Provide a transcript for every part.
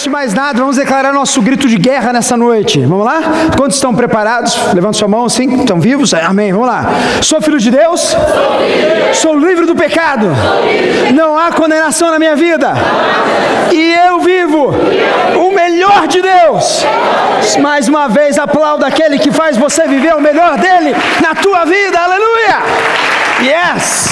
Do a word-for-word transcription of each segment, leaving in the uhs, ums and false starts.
Antes de mais nada, vamos declarar nosso grito de guerra nessa noite. Vamos lá? Quantos estão preparados? Levanta sua mão assim, estão vivos? Amém, vamos lá. Sou filho de Deus? Sou, filho. Sou livre do pecado? Livre. Não há condenação na minha vida? E eu vivo o melhor de Deus. Mais uma vez, aplauda aquele que faz você viver o melhor dele na tua vida. Aleluia! Yes!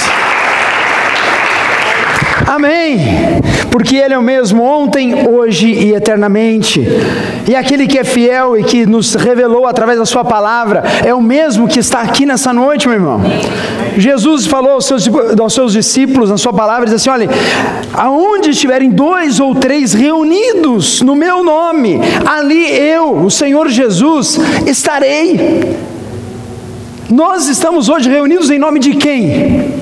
Amém, porque Ele é o mesmo ontem, hoje e eternamente, e aquele que é fiel e que nos revelou através da sua palavra, é o mesmo que está aqui nessa noite, meu irmão. Jesus falou aos seus, aos seus discípulos, na sua palavra, diz assim, olha, aonde estiverem dois ou três reunidos no meu nome, ali eu, o Senhor Jesus, estarei. Nós estamos hoje reunidos em nome de quem?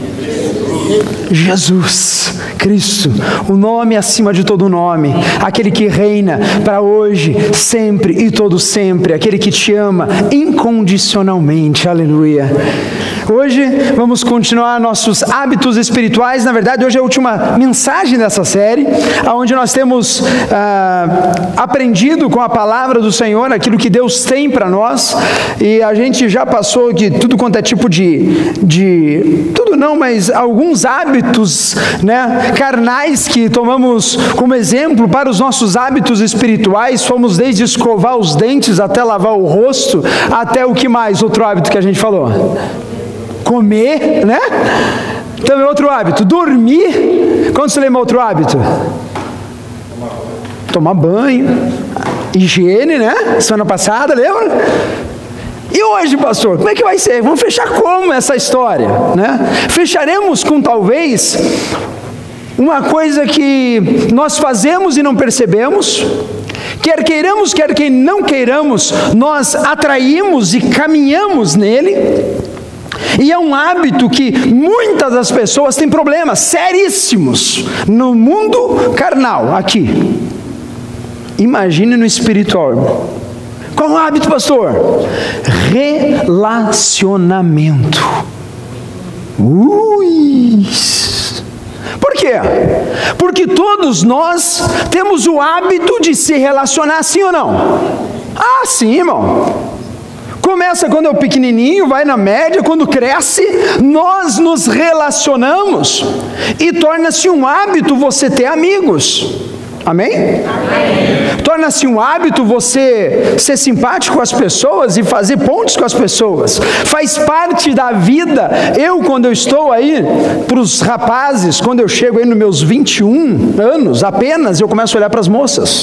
Jesus Cristo, o nome acima de todo nome, aquele que reina para hoje, sempre e todo sempre, aquele que te ama incondicionalmente, aleluia. Hoje vamos continuar nossos hábitos espirituais. Na verdade, hoje é a última mensagem dessa série, onde nós temos ah, aprendido com a palavra do Senhor aquilo que Deus tem para nós, e a gente já passou de tudo quanto é tipo de, de tudo não, mas alguns hábitos, né, carnais que tomamos como exemplo para os nossos hábitos espirituais. Fomos desde escovar os dentes até lavar o rosto, até o que mais? Outro hábito que a gente falou? Comer, né? Também outro hábito, dormir. Quando você lembra outro hábito? Tomar banho, higiene, né? Semana passada, lembra? E hoje, pastor, como é que vai ser? Vamos fechar como essa história, né? Fecharemos com talvez uma coisa que nós fazemos e não percebemos. Quer queiramos, quer que não queiramos, nós atraímos e caminhamos nele. E é um hábito que muitas das pessoas têm problemas seríssimos no mundo carnal, aqui. Imagine no espiritual, irmão. Qual é o hábito, pastor? Relacionamento. Ui! Por quê? Porque todos nós temos o hábito de se relacionar, sim ou não? Ah, sim, irmão. Começa quando é o pequenininho, vai na média, quando cresce, nós nos relacionamos e torna-se um hábito você ter amigos. Amém? Amém. Torna-se um hábito você ser simpático com as pessoas e fazer pontes com as pessoas. Faz parte da vida. Eu, quando eu estou aí, para os rapazes, quando eu chego aí nos meus vinte e um anos, apenas eu começo a olhar para as moças.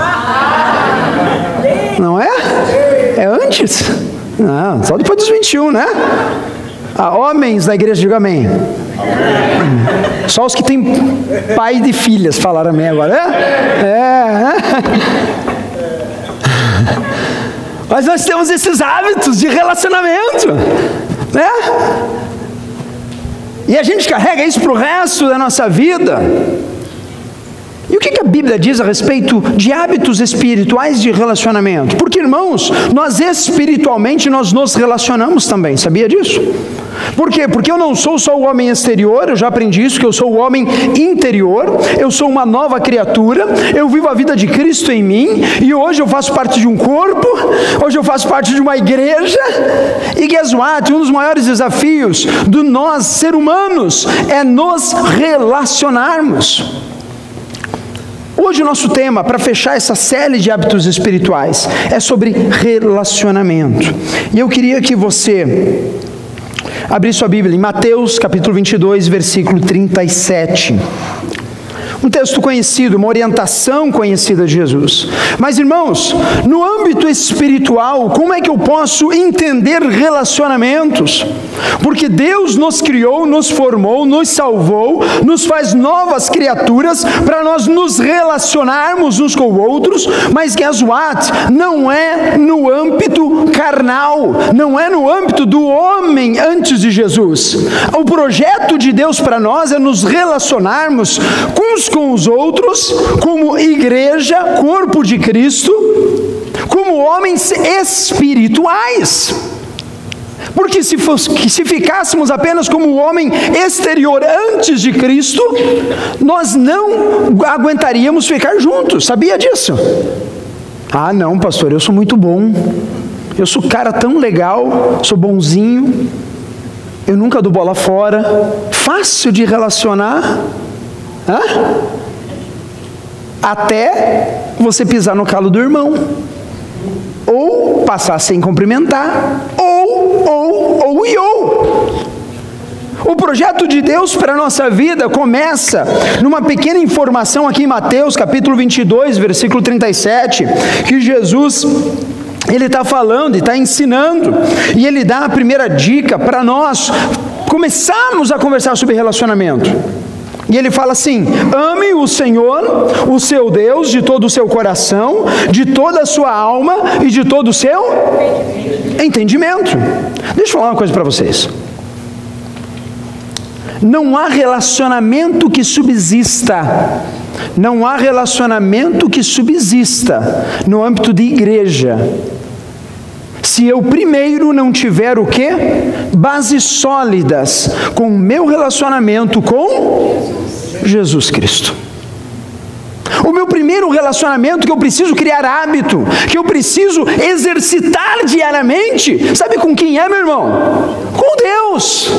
Não é? É antes? Não, só depois dos vinte e um, né? Ah, homens da igreja, digam amém. Só os que têm pai de filhas falaram amém agora, né? É. Mas nós temos esses hábitos de relacionamento, né? E a gente carrega isso para o resto da nossa vida. E o que a Bíblia diz a respeito de hábitos espirituais de relacionamento? Porque, irmãos, nós espiritualmente nós nos relacionamos também, sabia disso? Por quê? Porque eu não sou só o homem exterior, eu já aprendi isso, que eu sou o homem interior, eu sou uma nova criatura, eu vivo a vida de Cristo em mim, e hoje eu faço parte de um corpo, hoje eu faço parte de uma igreja, e guess what? Um dos maiores desafios do nós, ser humanos, é nos relacionarmos. Hoje o nosso tema, para fechar essa série de hábitos espirituais, é sobre relacionamento. E eu queria que você abrisse sua Bíblia em Mateus capítulo vinte e dois, versículo trinta e sete. Um texto conhecido, uma orientação conhecida de Jesus. Mas, irmãos, no âmbito espiritual, como é que eu posso entender relacionamentos? Porque Deus nos criou, nos formou, nos salvou, nos faz novas criaturas para nós nos relacionarmos uns com outros, mas guess what? Não é no âmbito carnal, não é no âmbito do homem antes de Jesus. O projeto de Deus para nós é nos relacionarmos uns com os outros, como igreja, corpo de Cristo, como homens espirituais. Porque se, fosse, se ficássemos apenas como o homem exterior antes de Cristo, nós não aguentaríamos ficar juntos. Sabia disso? Ah, não, pastor, eu sou muito bom. Eu sou cara tão legal, sou bonzinho. Eu nunca dou bola fora. Fácil de relacionar. Hã? Até você pisar no calo do irmão. Ou passar sem cumprimentar, ou, ou, ou e ou. O projeto de Deus para a nossa vida começa numa pequena informação aqui em Mateus, capítulo vinte e dois, versículo trinta e sete, que Jesus, ele está falando e está ensinando, e ele dá a primeira dica para nós começarmos a conversar sobre relacionamento. E ele fala assim: ame o Senhor, o seu Deus, de todo o seu coração, de toda a sua alma e de todo o seu entendimento. Deixa eu falar uma coisa para vocês. Não há relacionamento que subsista, não há relacionamento que subsista no âmbito de igreja, se eu primeiro não tiver o quê? Bases sólidas com o meu relacionamento com Jesus Cristo. O meu primeiro relacionamento que eu preciso criar hábito, que eu preciso exercitar diariamente, sabe com quem é, meu irmão? Com Deus.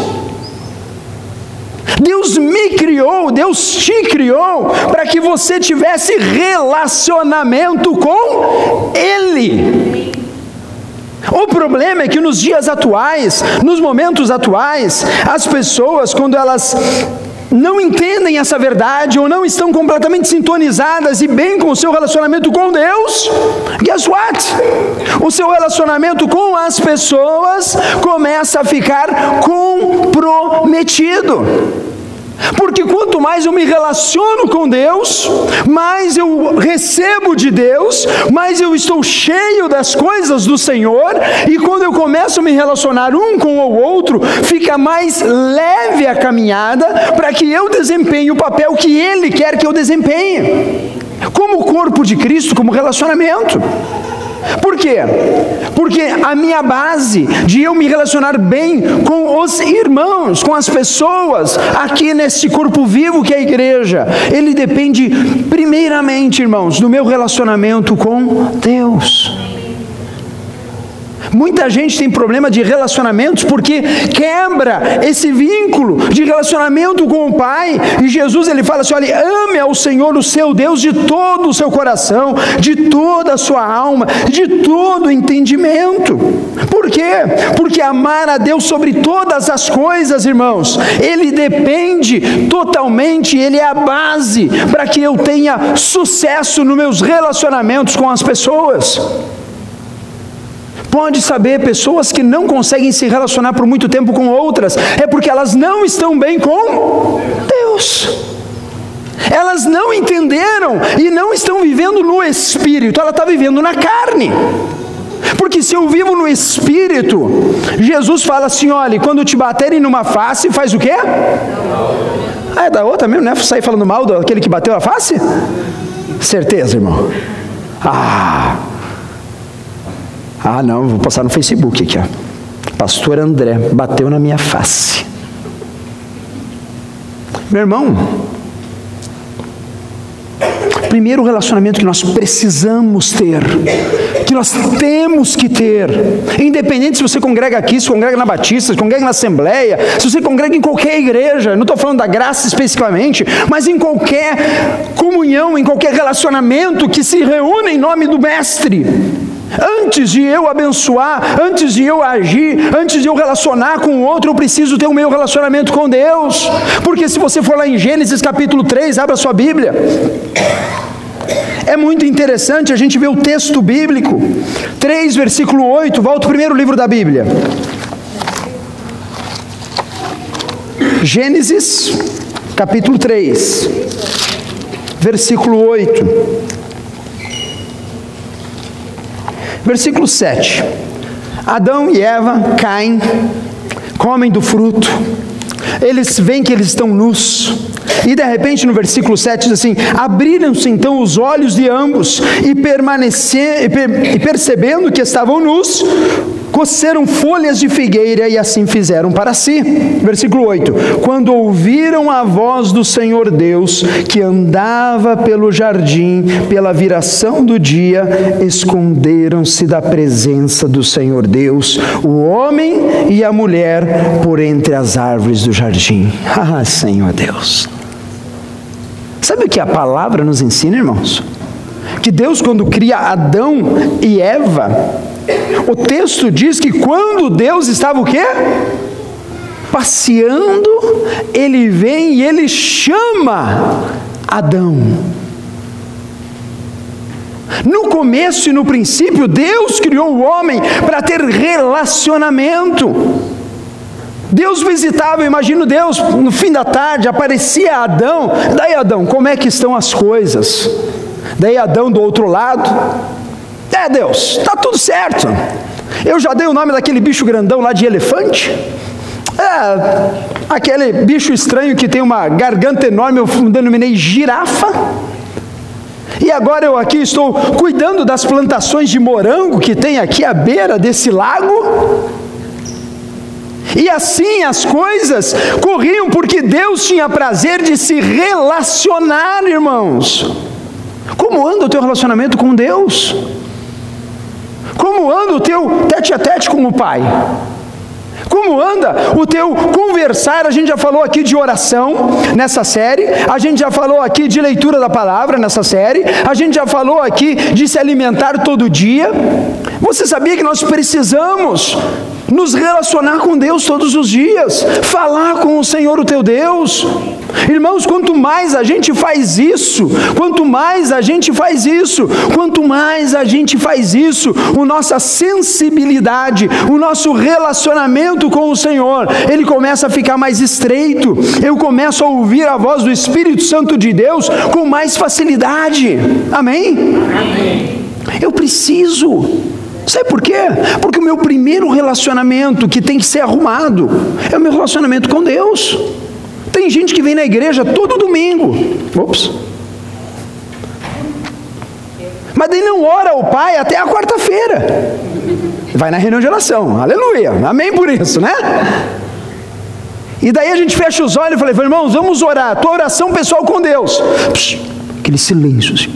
Deus me criou, Deus te criou para que você tivesse relacionamento com Ele. O problema é que nos dias atuais, nos momentos atuais, as pessoas, quando elas não entendem essa verdade ou não estão completamente sintonizadas e bem com o seu relacionamento com Deus, guess what? O seu relacionamento com as pessoas começa a ficar comprometido. Porque quanto mais eu me relaciono com Deus, mais eu recebo de Deus, mais eu estou cheio das coisas do Senhor, e quando eu começo a me relacionar um com o outro, fica mais leve a caminhada para que eu desempenhe o papel que Ele quer que eu desempenhe, como corpo de Cristo, como relacionamento. Por quê? Porque a minha base de eu me relacionar bem com os irmãos, com as pessoas aqui nesse corpo vivo que é a igreja, ele depende primeiramente, irmãos, do meu relacionamento com Deus. Muita gente tem problema de relacionamentos porque quebra esse vínculo de relacionamento com o Pai, e Jesus ele fala assim: olha, ame ao Senhor o seu Deus de todo o seu coração, de toda a sua alma, de todo o entendimento. Por quê? Porque amar a Deus sobre todas as coisas, irmãos, ele depende totalmente, ele é a base para que eu tenha sucesso nos meus relacionamentos com as pessoas. Pode saber, pessoas que não conseguem se relacionar por muito tempo com outras, é porque elas não estão bem com Deus. Elas não entenderam e não estão vivendo no Espírito, ela está vivendo na carne. Porque se eu vivo no Espírito, Jesus fala assim: olha, quando te baterem numa face, faz o quê? Ah, é da outra mesmo, né? Sair falando mal daquele que bateu a face? Certeza, irmão? Ah... Ah, não, vou postar no Facebook aqui, ó. Pastor André bateu na minha face. Meu irmão, primeiro relacionamento que nós precisamos ter, que nós temos que ter, independente se você congrega aqui, se congrega na Batista, se congrega na Assembleia, se você congrega em qualquer igreja, não estou falando da graça especificamente, mas em qualquer comunhão, em qualquer relacionamento que se reúna em nome do Mestre. Antes de eu abençoar, antes de eu agir, antes de eu relacionar com o outro, eu preciso ter o meu relacionamento com Deus. Porque se você for lá em Gênesis capítulo três, abra sua Bíblia. É muito interessante a gente ver o texto bíblico. três, versículo oito, volta ao primeiro livro da Bíblia. Gênesis capítulo três, versículo oito. Versículo sete. Adão e Eva caem, comem do fruto, eles veem que eles estão nus, e de repente no versículo sete diz assim: abriram-se então os olhos de ambos, e, permanecer, e, per, e percebendo que estavam nus, coceram folhas de figueira e assim fizeram para si. Versículo oito: quando ouviram a voz do Senhor Deus, que andava pelo jardim, pela viração do dia, esconderam-se da presença do Senhor Deus, o homem e a mulher, por entre as árvores do jardim. Ah, Senhor Deus! Sabe o que a palavra nos ensina, irmãos? Que Deus, quando cria Adão e Eva, o texto diz que quando Deus estava o quê? Passeando, Ele vem e Ele chama Adão. No começo e no princípio, Deus criou o homem para ter relacionamento. Deus visitava, eu imagino Deus, no fim da tarde, aparecia Adão. Daí, Adão, como é que estão as coisas? Daí Adão do outro lado: é, Deus, está tudo certo. Eu já dei o nome daquele bicho grandão lá de elefante. É, aquele bicho estranho que tem uma garganta enorme, eu denominei girafa. E agora eu aqui estou cuidando das plantações de morango que tem aqui à beira desse lago. E assim as coisas corriam, porque Deus tinha prazer de se relacionar, irmãos. Como anda o teu relacionamento com Deus? Como anda o teu tete a tete com o Pai? Como anda o teu conversar? A gente já falou aqui de oração nessa série, a gente já falou aqui de leitura da palavra nessa série, a gente já falou aqui de se alimentar todo dia. Você sabia que nós precisamos nos relacionar com Deus todos os dias, falar com o Senhor o teu Deus? Irmãos, quanto mais a gente faz isso, quanto mais a gente faz isso, quanto mais a gente faz isso, a nossa sensibilidade, o nosso relacionamento com o Senhor, ele começa a ficar mais estreito. Eu começo a ouvir a voz do Espírito Santo de Deus com mais facilidade. Amém? Amém. Eu preciso. Sabe por quê? Porque o meu primeiro relacionamento que tem que ser arrumado é o meu relacionamento com Deus. Tem gente que vem na igreja todo domingo, ops, mas daí não ora ao Pai até a quarta-feira, vai na reunião de oração, aleluia, amém por isso, né? E daí a gente fecha os olhos e fala: irmãos, vamos orar, tua oração pessoal com Deus. Psh, aquele silêncio assim.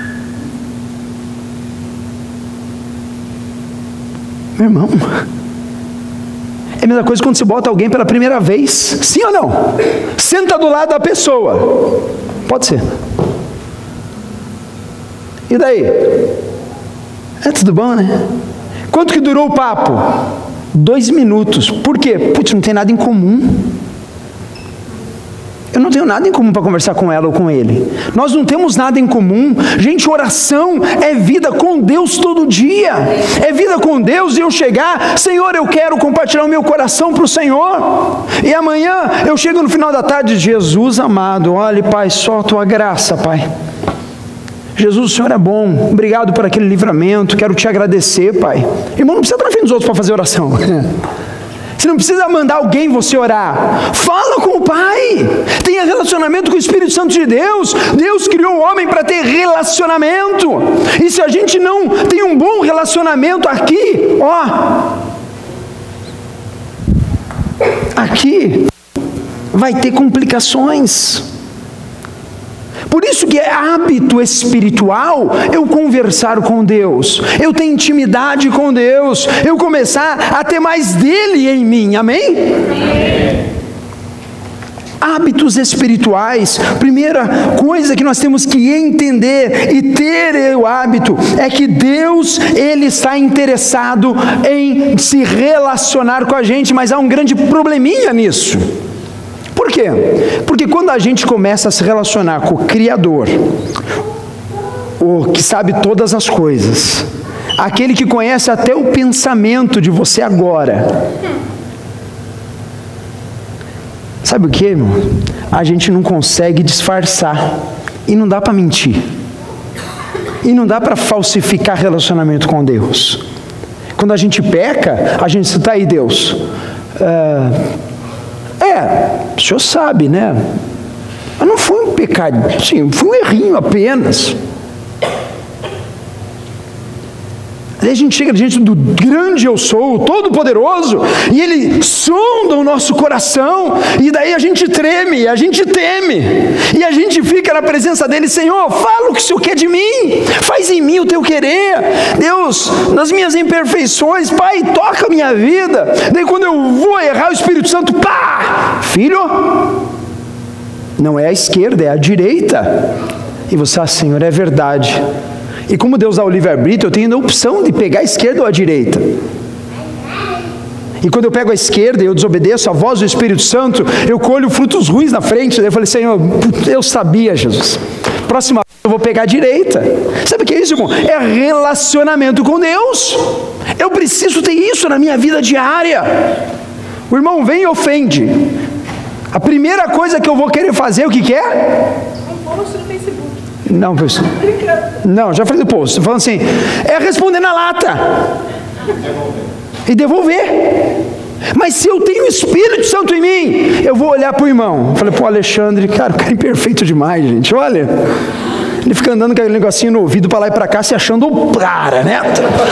Meu irmão, é a mesma coisa quando você bota alguém pela primeira vez, sim ou não? Senta do lado da pessoa, pode ser. E daí? É tudo bom, né? Quanto que durou o papo? Dois minutos. Por quê? Putz, não tem nada em comum. Eu não tenho nada em comum para conversar com ela ou com ele. Nós não temos nada em comum. Gente, oração é vida com Deus todo dia. É vida com Deus e eu chegar: Senhor, eu quero compartilhar o meu coração para o Senhor. E amanhã eu chego no final da tarde: Jesus amado, olhe, Pai, só a tua graça, Pai. Jesus, o Senhor é bom. Obrigado por aquele livramento. Quero te agradecer, Pai. Irmão, não precisa estar na frente dos outros para fazer oração. Você não precisa mandar alguém você orar. Fala com o Pai. Tenha relacionamento com o Espírito Santo de Deus. Deus criou o homem para ter relacionamento. E se a gente não tem um bom relacionamento aqui, ó, aqui vai ter complicações. Por isso que é hábito espiritual eu conversar com Deus, eu ter intimidade com Deus, eu começar a ter mais dele em mim, amém? Amém. Hábitos espirituais, primeira coisa que nós temos que entender e ter o hábito, é que Deus, Ele está interessado em se relacionar com a gente, mas há um grande probleminha nisso. Por quê? Porque quando a gente começa a se relacionar com o Criador, o que sabe todas as coisas, aquele que conhece até o pensamento de você agora, sabe o que, irmão? A gente não consegue disfarçar, e não dá para mentir, e não dá para falsificar relacionamento com Deus. Quando a gente peca, a gente está aí, Deus, uh, É, o senhor sabe, né? Mas não foi um pecado, sim, foi um errinho apenas. Aí a gente chega diante do grande eu sou, o todo-poderoso, e ele sonda o nosso coração, e daí a gente treme, a gente teme, e a gente fica na presença dele: Senhor, fala o que o Senhor quer de mim, faz em mim o teu querer, Deus, nas minhas imperfeições, Pai, toca a minha vida. Daí quando eu vou errar, o Espírito Santo, pá, filho, não é a esquerda, é a direita. E você, ah, Senhor, é verdade. E como Deus dá o livre-arbítrio, eu tenho a opção de pegar a esquerda ou a direita. E quando eu pego a esquerda e eu desobedeço a voz do Espírito Santo, eu colho frutos ruins na frente. Daí eu falei: Senhor, eu sabia, Jesus, próxima vez eu vou pegar a direita. Sabe o que é isso, irmão? É relacionamento com Deus. Eu preciso ter isso na minha vida diária. O irmão vem e ofende. A primeira coisa que eu vou querer fazer, o que que é? Um post no Facebook. Não, pessoal. Não, já falei do post. Estou falando assim, é responder na lata. E devolver. Mas se eu tenho o Espírito Santo em mim, eu vou olhar para o irmão. Eu falei: pô, Alexandre, cara, o cara é imperfeito demais, gente. Olha. Ele fica andando com aquele negocinho no ouvido para lá e para cá, se achando o cara, né?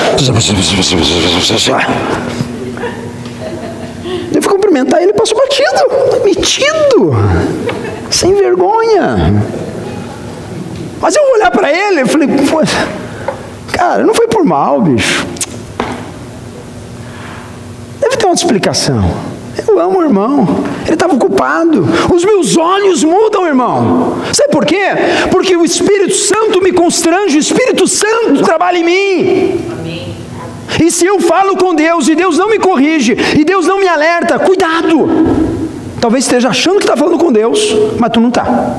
Eu fui cumprimentar ele, passou batido, metido, sem vergonha. Mas eu vou olhar para ele e falei: pô, cara, não foi por mal, bicho. Deve ter uma explicação. Eu amo o irmão, ele estava ocupado. Os meus olhos mudam, irmão. Sabe por quê? Porque o Espírito Santo me constrange, o Espírito Santo trabalha em mim. Amém. E se eu falo com Deus e Deus não me corrige, e Deus não me alerta, cuidado. Talvez esteja achando que está falando com Deus, mas tu não está.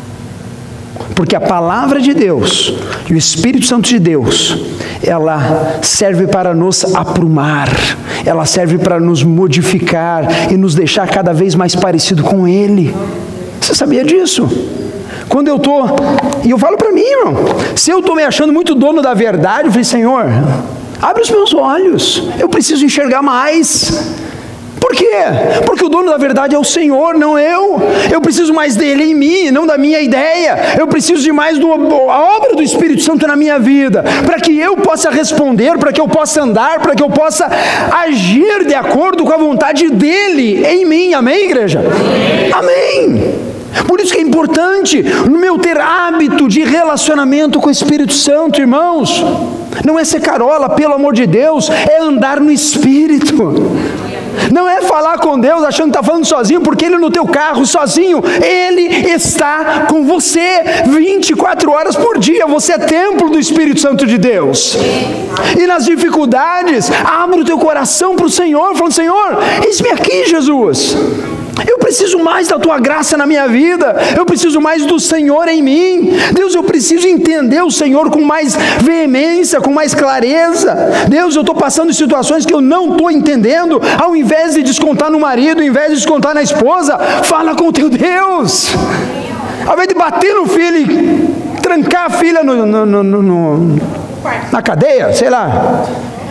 Porque a palavra de Deus e o Espírito Santo de Deus, ela serve para nos aprumar, ela serve para nos modificar e nos deixar cada vez mais parecido com Ele. Você sabia disso? Quando eu estou, e eu falo para mim, irmão, se eu estou me achando muito dono da verdade, eu falei: Senhor, abre os meus olhos, eu preciso enxergar mais. Por quê? Porque o dono da verdade é o Senhor, não eu. Eu preciso mais dele em mim, não da minha ideia. Eu preciso de mais da obra do Espírito Santo na minha vida, para que eu possa responder, para que eu possa andar, para que eu possa agir de acordo com a vontade dele em mim. Amém, igreja? Amém. Por isso que é importante no meu ter hábito de relacionamento com o Espírito Santo, irmãos. Não é ser carola, pelo amor de Deus, é andar no Espírito. Não é falar com Deus achando que está falando sozinho, porque Ele no teu carro sozinho, Ele está com você vinte e quatro horas por dia. Você é templo do Espírito Santo de Deus. E nas dificuldades, abra o teu coração para o Senhor, falando: Senhor, eis-me aqui, Jesus. Eu preciso mais da tua graça na minha vida, eu preciso mais do Senhor em mim. Deus, eu preciso entender o Senhor com mais veemência, com mais clareza. Deus, eu estou passando em situações que eu não estou entendendo. Ao invés de descontar no marido, ao invés de descontar na esposa, fala com o teu Deus. Ao invés de bater no filho e trancar a filha no, no, no, no, no, na cadeia, sei lá.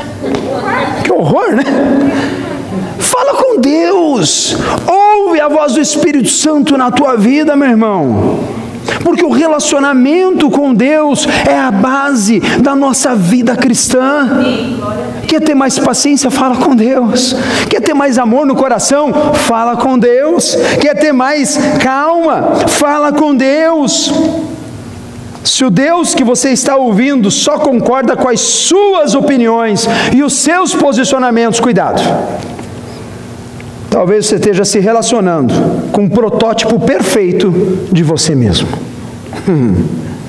Que horror, né? Fala com Deus, ouve a voz do Espírito Santo na tua vida, meu irmão, porque o relacionamento com Deus é a base da nossa vida cristã. Quer ter mais paciência? Fala com Deus. Quer ter mais amor no coração? Fala com Deus. Quer ter mais calma? Fala com Deus. Se o Deus que você está ouvindo só concorda com as suas opiniões e os seus posicionamentos, cuidado. Talvez você esteja se relacionando com um protótipo perfeito de você mesmo. Hum.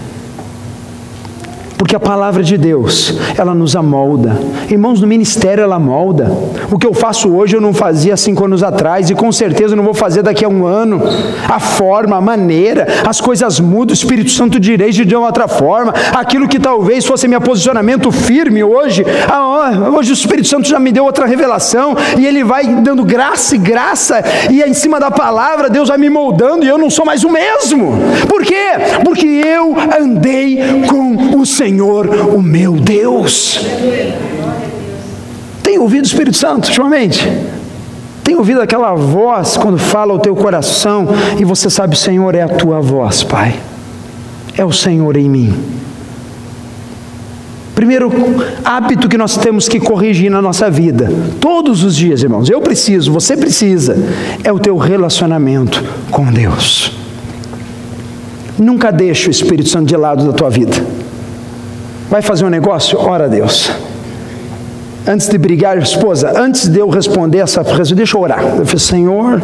Porque a palavra de Deus, ela nos amolda. Irmãos, no ministério ela molda. O que eu faço hoje eu não fazia cinco anos atrás, e com certeza não vou fazer daqui a um ano. A forma, a maneira, as coisas mudam, o Espírito Santo dirige de uma outra forma. Aquilo que talvez fosse meu posicionamento firme hoje, hoje o Espírito Santo já me deu outra revelação, e Ele vai dando graça e graça, e em cima da palavra Deus vai me moldando, e eu não sou mais o mesmo. Por quê? Porque eu andei com o Senhor. Senhor, o meu Deus. Tem ouvido o Espírito Santo ultimamente? tem ouvido aquela voz quando fala ao teu coração e você sabe, Senhor, é a tua voz, Pai. É o Senhor em mim. Primeiro hábito que nós temos que corrigir na nossa vida, todos os dias, irmãos, eu preciso, você precisa, é o teu relacionamento com Deus. Nunca deixe o Espírito Santo de lado da tua vida. Vai fazer um negócio? Ora a Deus. Antes de brigar, esposa, antes de eu responder essa pergunta, deixa eu orar. Eu falei, Senhor,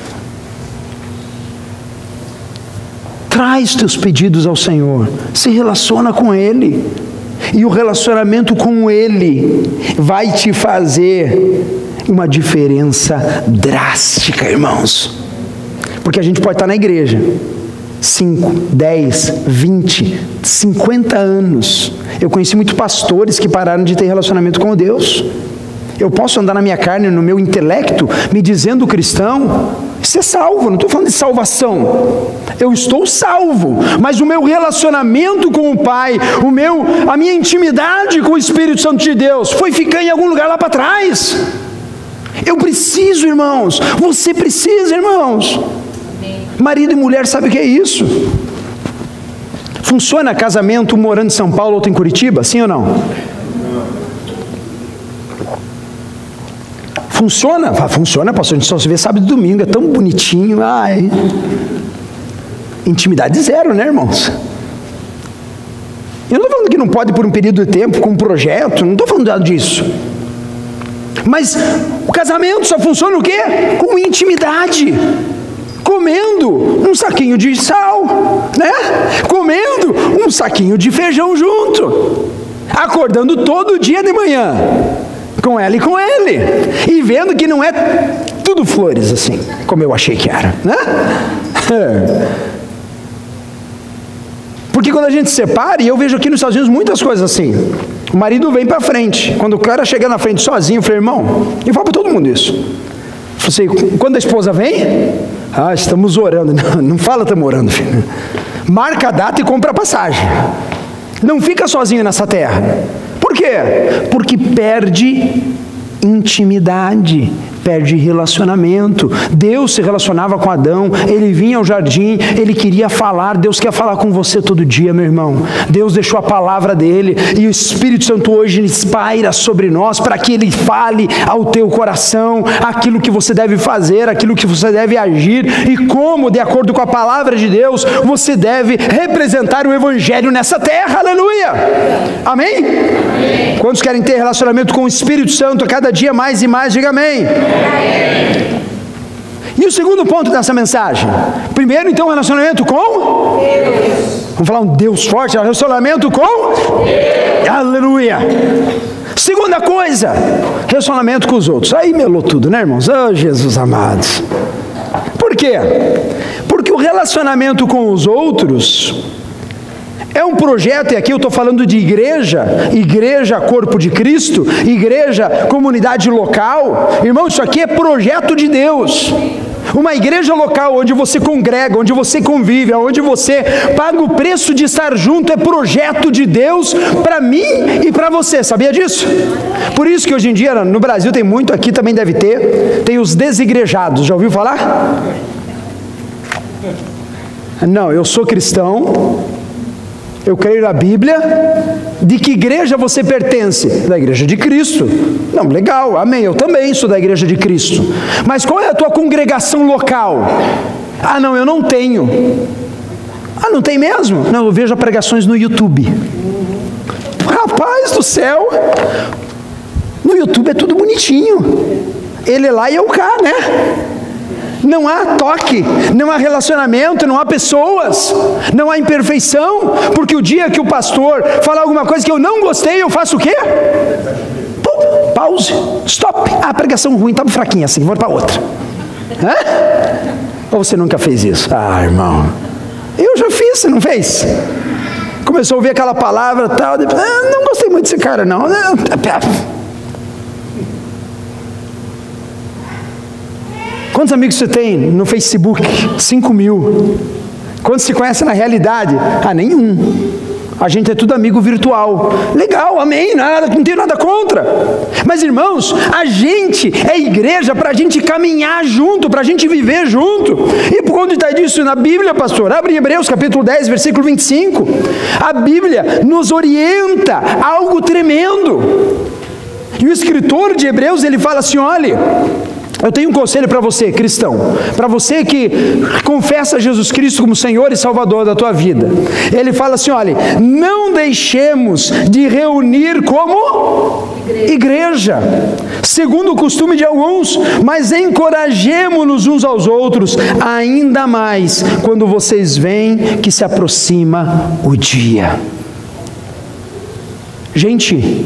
traz teus pedidos ao Senhor, se relaciona com Ele, e o relacionamento com Ele vai te fazer uma diferença drástica, irmãos, porque a gente pode estar na igreja cinco, dez, vinte, cinquenta anos. Eu conheci muitos pastores que pararam de ter relacionamento com Deus. Eu posso andar na minha carne, no meu intelecto, me dizendo cristão, ser salvo, não estou falando de salvação, eu estou salvo, mas o meu relacionamento com o Pai, o meu, a minha intimidade com o Espírito Santo de Deus, foi ficar em algum lugar lá para trás. Eu preciso, irmãos, você precisa, irmãos. Marido e mulher, sabe o que é isso? Funciona casamento morando em São Paulo, outro em Curitiba, sim ou não? Funciona? Funciona, pastor, a gente só se vê sábado e domingo, é tão bonitinho, ai. Intimidade zero, né, irmãos? Eu não estou falando que não pode por um período de tempo, com um projeto, não estou falando nada disso. Mas o casamento só funciona o quê? Com intimidade. Comendo um saquinho de sal, né? Comendo um saquinho de feijão junto. Acordando todo dia de manhã. Com ela e com ele, e vendo que não é tudo flores assim, como eu achei que era, né? Porque quando a gente se separa, e eu vejo aqui nos Estados Unidos muitas coisas assim, o marido vem para frente, quando o cara chega na frente sozinho, eu falei, irmão, eu falo para todo mundo isso, eu falei, quando a esposa vem, ah, estamos orando, não, não fala estamos orando, filho, marca a data e compra a passagem, não fica sozinho nessa terra. Por quê? Porque perde intimidade, perde relacionamento. Deus se relacionava com Adão, ele vinha ao jardim, ele queria falar. Deus quer falar com você todo dia, meu irmão. Deus deixou a palavra dele, e o Espírito Santo hoje paira sobre nós, para que ele fale ao teu coração aquilo que você deve fazer, aquilo que você deve agir, e como, de acordo com a palavra de Deus, você deve representar o Evangelho nessa terra, aleluia, amém? Amém. Quantos querem ter relacionamento com o Espírito Santo a cada dia mais e mais? Diga amém. E o segundo ponto dessa mensagem, primeiro então, relacionamento com Deus. Vamos falar um Deus forte, relacionamento com Deus. Aleluia. Segunda coisa, relacionamento com os outros. Aí melou tudo, né, irmãos? Oh, Jesus amado. Por quê? Porque o relacionamento com os outros é um projeto, e aqui eu estou falando de igreja, igreja corpo de Cristo, igreja comunidade local, irmão, isso aqui é projeto de Deus, uma igreja local onde você congrega, onde você convive, onde você paga o preço de estar junto, é projeto de Deus para mim e para você, sabia disso? Por isso que hoje em dia, no Brasil tem muito, aqui também deve ter, tem os desigrejados, já ouviu falar? Não, eu sou cristão, eu creio na Bíblia. De que igreja você pertence? Da igreja de Cristo. Não, legal, amém, eu também sou da igreja de Cristo. Mas qual é a tua congregação local? Ah, não, eu não tenho. Ah, não tem mesmo? Não, eu vejo pregações no YouTube. Rapaz do céu, no YouTube é tudo bonitinho. Ele lá e eu cá, né? Não há toque, não há relacionamento, não há pessoas, não há imperfeição, porque o dia que o pastor falar alguma coisa que eu não gostei, eu faço o quê? Pum, pause, stop. Ah, pregação ruim, estava fraquinha assim, vou para outra. Hã? Ou você nunca fez isso? Ah, irmão, eu já fiz, você não fez? Começou a ouvir aquela palavra tal, depois, ah, não gostei muito desse cara não. Quantos amigos você tem no Facebook? Cinco mil. Quantos se conhecem na realidade? Ah, nenhum. A gente é tudo amigo virtual. Legal, amém, nada, não tenho nada contra. Mas irmãos, a gente é igreja para a gente caminhar junto, para a gente viver junto. E por onde está disso na Bíblia, pastor? Abre Hebreus capítulo dez, versículo vinte e cinco. A Bíblia nos orienta a algo tremendo. E o escritor de Hebreus, ele fala assim, olha, eu tenho um conselho para você, cristão, para você que confessa Jesus Cristo como Senhor e Salvador da tua vida. Ele fala assim, olha, não deixemos de reunir como igreja, igreja segundo o costume de alguns, mas encorajemo-nos uns aos outros, ainda mais quando vocês veem que se aproxima o dia. Gente,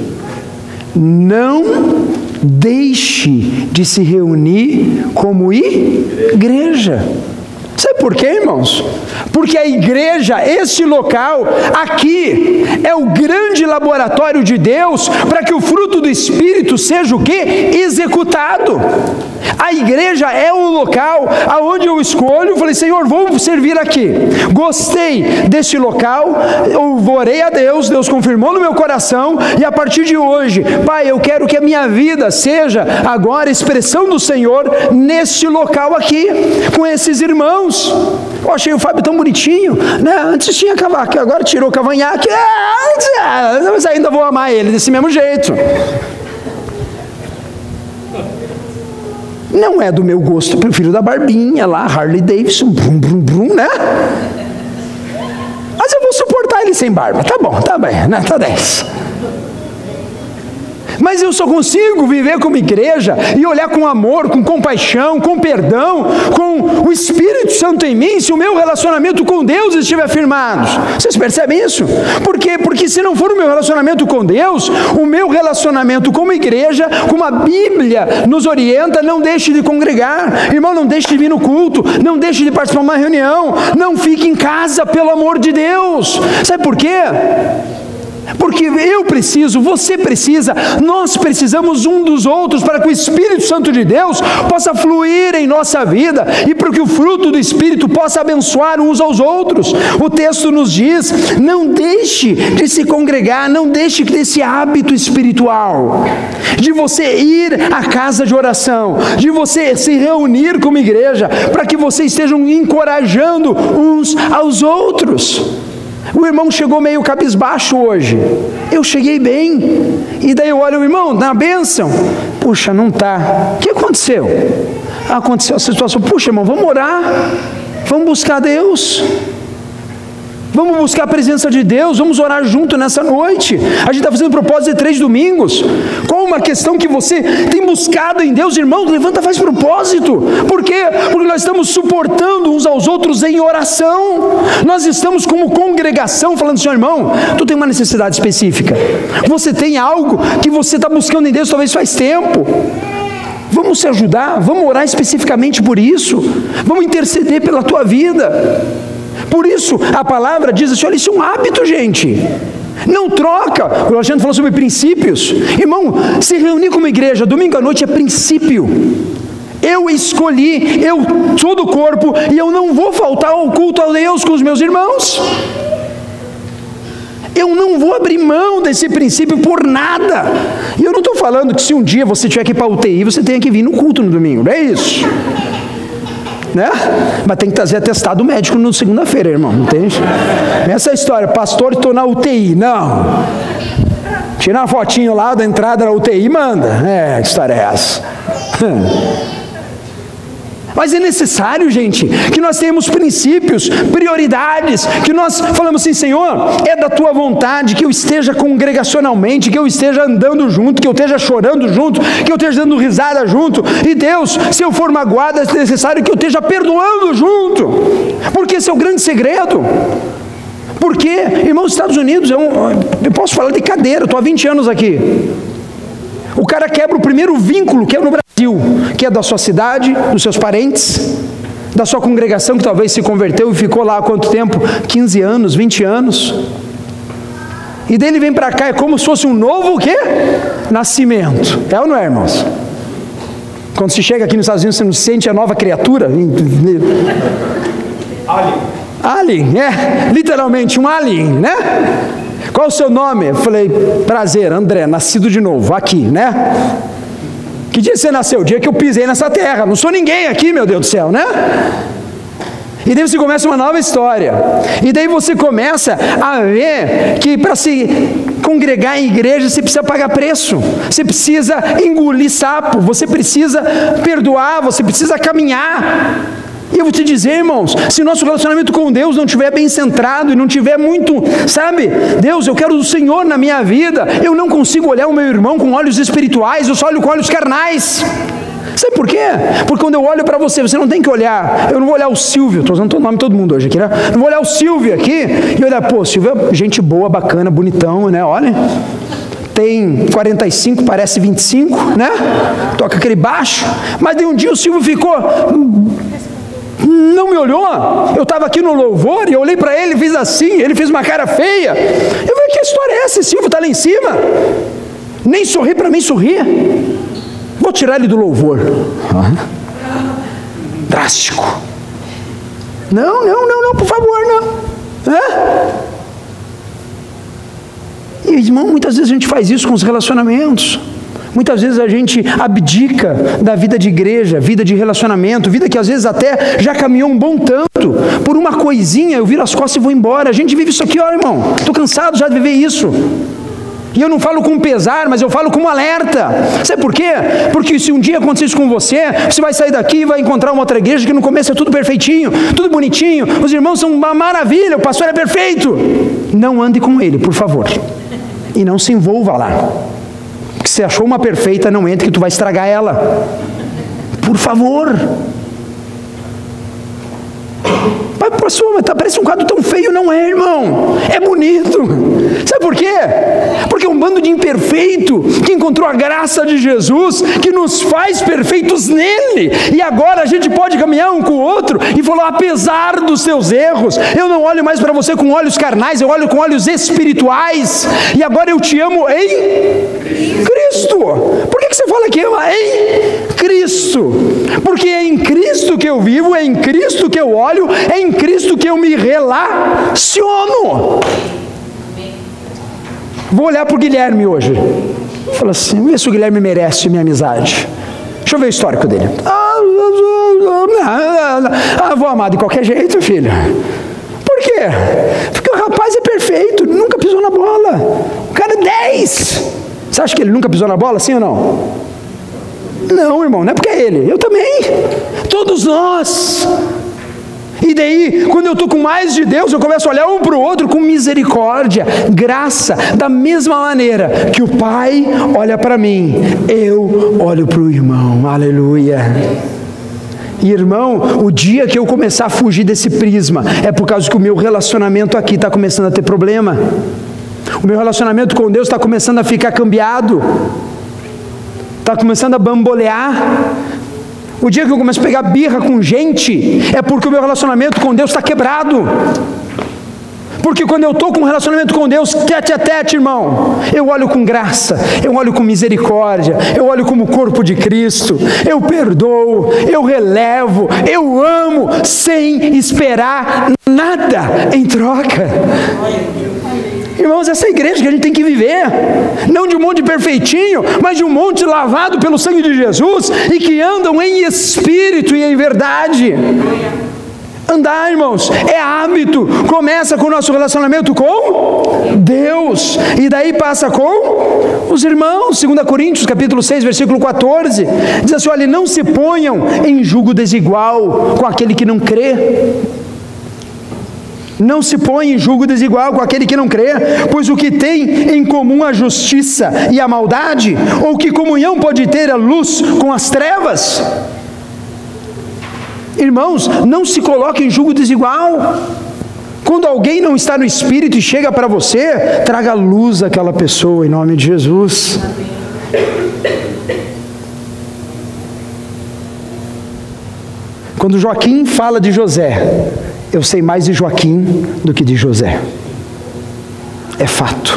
não deixe de se reunir como igreja. Sabe por quê, irmãos? Porque a igreja, este local aqui, é o grande laboratório de Deus para que o fruto do Espírito seja o quê? Executado. A igreja é o local aonde eu escolho, falei, Senhor, vou servir aqui. Gostei deste local, eu orei a Deus, Deus confirmou no meu coração, e a partir de hoje, Pai, eu quero que a minha vida seja agora expressão do Senhor neste local aqui, com esses irmãos. Eu achei o Fábio tão bonitinho, né? Antes tinha cavanhaque, agora tirou o cavanhaque, mas ainda vou amar ele desse mesmo jeito. Não é do meu gosto, eu prefiro da barbinha lá, Harley Davidson, brum, brum, brum, né? Mas eu vou suportar ele sem barba, tá bom, tá bem, né? Tá dez. Mas eu só consigo viver como igreja e olhar com amor, com compaixão, com perdão, com o Espírito Santo em mim, se o meu relacionamento com Deus estiver firmado. Vocês percebem isso? Por quê? Porque se não for o meu relacionamento com Deus, o meu relacionamento como igreja, como a Bíblia nos orienta, não deixe de congregar. Irmão, não deixe de vir no culto, não deixe de participar de uma reunião, não fique em casa, pelo amor de Deus. Sabe por quê? Porque eu preciso, você precisa, nós precisamos um dos outros para que o Espírito Santo de Deus possa fluir em nossa vida e para que o fruto do Espírito possa abençoar uns aos outros. O texto nos diz, não deixe de se congregar, não deixe desse hábito espiritual, de você ir à casa de oração, de você se reunir como igreja, para que vocês estejam encorajando uns aos outros. O irmão chegou meio cabisbaixo hoje, eu cheguei bem, e daí eu olho o irmão, na bênção, puxa, não está, o que aconteceu? Aconteceu a situação, puxa irmão, vamos orar, vamos buscar Deus, vamos buscar a presença de Deus, vamos orar junto nessa noite. A gente está fazendo propósito de três domingos. Qual uma questão que você tem buscado em Deus, irmão? Levanta, faz propósito. Por quê? Porque nós estamos suportando uns aos outros em oração. Nós estamos como congregação falando assim, irmão, tu tem uma necessidade específica, você tem algo que você está buscando em Deus talvez faz tempo. Vamos se ajudar, vamos orar especificamente por isso, vamos interceder pela tua vida. Por isso, a palavra diz assim, olha, isso é um hábito, gente. Não troca. O Alexandre falou sobre princípios. Irmão, se reunir como igreja, domingo à noite é princípio. Eu escolhi, eu sou do corpo, e eu não vou faltar ao culto a Deus com os meus irmãos. Eu não vou abrir mão desse princípio por nada. E eu não estou falando que se um dia você tiver que ir para a U T I, você tenha que vir no culto no domingo, não é isso? Né? Mas tem que trazer atestado médico na segunda-feira, irmão, entende? Essa história, pastor, estou na U T I, não. Tira uma fotinho lá da entrada da U T I e manda. É, que história é essa? Mas é necessário, gente, que nós tenhamos princípios, prioridades, que nós falamos assim, Senhor, é da tua vontade que eu esteja congregacionalmente, que eu esteja andando junto, que eu esteja chorando junto, que eu esteja dando risada junto, e Deus, se eu for magoado, é necessário que eu esteja perdoando junto, porque esse é o grande segredo. Porque, irmãos, os Estados Unidos, é um, eu posso falar de cadeira, eu estou há vinte anos aqui. O cara quebra o primeiro vínculo que é no Brasil, que é da sua cidade, dos seus parentes, da sua congregação que talvez se converteu e ficou lá há quanto tempo? quinze anos, vinte anos. E daí ele vem para cá, é como se fosse um novo o quê? Nascimento. É ou não é, irmãos? Quando se chega aqui nos Estados Unidos, você não sente a nova criatura? Alien. Alien, é, literalmente um alien, né? Qual o seu nome? Eu falei, prazer, André, nascido de novo, aqui, né? Que dia você nasceu? O dia que eu pisei nessa terra. Não sou ninguém aqui, meu Deus do céu, né? E daí você começa uma nova história. E daí você começa a ver que para se congregar em igreja você precisa pagar preço. Você precisa engolir sapo. Você precisa perdoar. Você precisa caminhar. E eu vou te dizer, irmãos, se o nosso relacionamento com Deus não estiver bem centrado e não tiver muito, sabe, Deus, eu quero o Senhor na minha vida, eu não consigo olhar o meu irmão com olhos espirituais, eu só olho com olhos carnais. Sabe por quê? Porque quando eu olho para você, você não tem que olhar, eu não vou olhar o Silvio, estou usando o nome de todo mundo hoje aqui, né? Não vou olhar o Silvio aqui e olhar, pô, Silvio é gente boa, bacana, bonitão, né? Olha, tem quarenta e cinco, parece vinte e cinco, né? Toca aquele baixo, mas de um dia o Silvio ficou... não me olhou, eu estava aqui no louvor e eu olhei para ele e fiz assim, ele fez uma cara feia, eu falei, que história é essa? Esse Silvio está lá em cima, nem sorri para mim sorrir, vou tirar ele do louvor. Drástico. Não, não, não, não, por favor, não. É? E irmão, muitas vezes a gente faz isso com os relacionamentos. Muitas vezes a gente abdica da vida de igreja, vida de relacionamento, vida que às vezes até já caminhou um bom tanto, por uma coisinha eu viro as costas e vou embora. A gente vive isso aqui, ó irmão, estou cansado já de viver isso. E eu não falo com pesar, mas eu falo com alerta. Sabe por quê? Porque se um dia acontecer isso com você, você vai sair daqui e vai encontrar uma outra igreja que no começo é tudo perfeitinho, tudo bonitinho, os irmãos são uma maravilha, o pastor é perfeito. Não ande com ele, por favor. E não se envolva lá. Porque se achou uma perfeita, não entre que tu vai estragar ela. Por favor. Pastor, mas tá, parece um quadro tão feio. Não é, irmão, é bonito. Sabe por quê? Porque é um bando de imperfeito que encontrou a graça de Jesus, que nos faz perfeitos nele, e agora a gente pode caminhar um com o outro e falar, apesar dos seus erros, eu não olho mais para você com olhos carnais, eu olho com olhos espirituais, e agora eu te amo em Cristo. Por que que você fala que ama em Cristo? Porque é em Cristo que eu vivo, é em Cristo que eu olho, é em Cristo que eu me relaciono. Vou olhar para o Guilherme hoje. Fala assim, vamos ver se o Guilherme merece minha amizade. Deixa eu ver o histórico dele. Ah, ah, vou amar de qualquer jeito, filho. Por quê? Porque o rapaz é perfeito, nunca pisou na bola. O cara é dez. Você acha que ele nunca pisou na bola, sim ou não? Não, irmão, não é porque é ele. Eu também. Todos nós. E daí, quando eu estou com mais de Deus, eu começo a olhar um para o outro com misericórdia, graça, da mesma maneira que o Pai olha para mim, eu olho para o irmão, aleluia. E irmão, o dia que eu começar a fugir desse prisma, é por causa que o meu relacionamento aqui está começando a ter problema, o meu relacionamento com Deus está começando a ficar cambiado, está começando a bambolear. O dia que eu começo a pegar birra com gente, é porque o meu relacionamento com Deus está quebrado. Porque quando eu estou com um relacionamento com Deus, tete a tete, irmão, eu olho com graça, eu olho com misericórdia, eu olho como o corpo de Cristo, eu perdoo, eu relevo, eu amo, sem esperar nada em troca. Irmãos, essa é a igreja que a gente tem que viver, não de um monte perfeitinho, mas de um monte lavado pelo sangue de Jesus, e que andam em espírito e em verdade. Andar, irmãos, é hábito, começa com o nosso relacionamento com Deus, e daí passa com os irmãos. Segunda Coríntios, capítulo seis, versículo quatorze, diz assim, olha, não se ponham em julgo desigual com aquele que não crê. Não se põe em julgo desigual com aquele que não crê, pois o que tem em comum a justiça e a maldade, ou que comunhão pode ter a luz com as trevas? Irmãos, não se coloque em julgo desigual. Quando alguém não está no Espírito e chega para você, traga luz àquela pessoa, em nome de Jesus. Quando Joaquim fala de José, eu sei mais de Joaquim do que de José. É fato.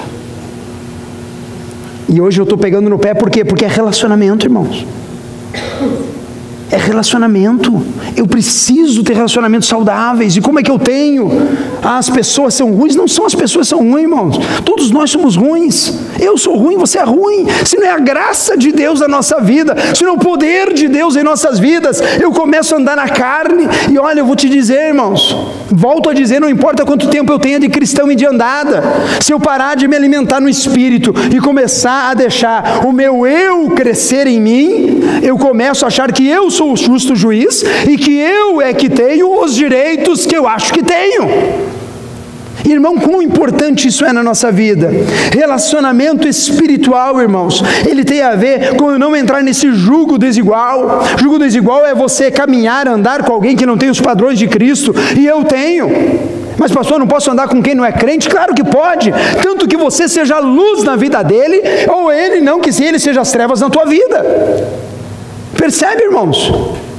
E hoje eu estou pegando no pé, por quê? Porque é relacionamento, irmãos. É relacionamento. Eu preciso ter relacionamentos saudáveis. E como é que eu tenho? Ah, as pessoas são ruins. Não são as pessoas que são ruins, irmãos. Todos nós somos ruins. Eu sou ruim, você é ruim. Se não é a graça de Deus na nossa vida, se não é o poder de Deus em nossas vidas, eu começo a andar na carne. E olha, eu vou te dizer, irmãos, volto a dizer, não importa quanto tempo eu tenha de cristão e de andada, se eu parar de me alimentar no Espírito e começar a deixar o meu eu crescer em mim, eu começo a achar que eu sou o justo juiz e que eu é que tenho os direitos que eu acho que tenho. Irmão, quão importante isso é na nossa vida. Relacionamento espiritual, irmãos, ele tem a ver com eu não entrar nesse jugo desigual. Jugo desigual é você caminhar, andar com alguém que não tem os padrões de Cristo, e eu tenho. Mas pastor, não posso andar com quem não é crente? Claro que pode, tanto que você seja a luz na vida dele, ou ele não, que ele seja as trevas na tua vida. Percebe, irmãos?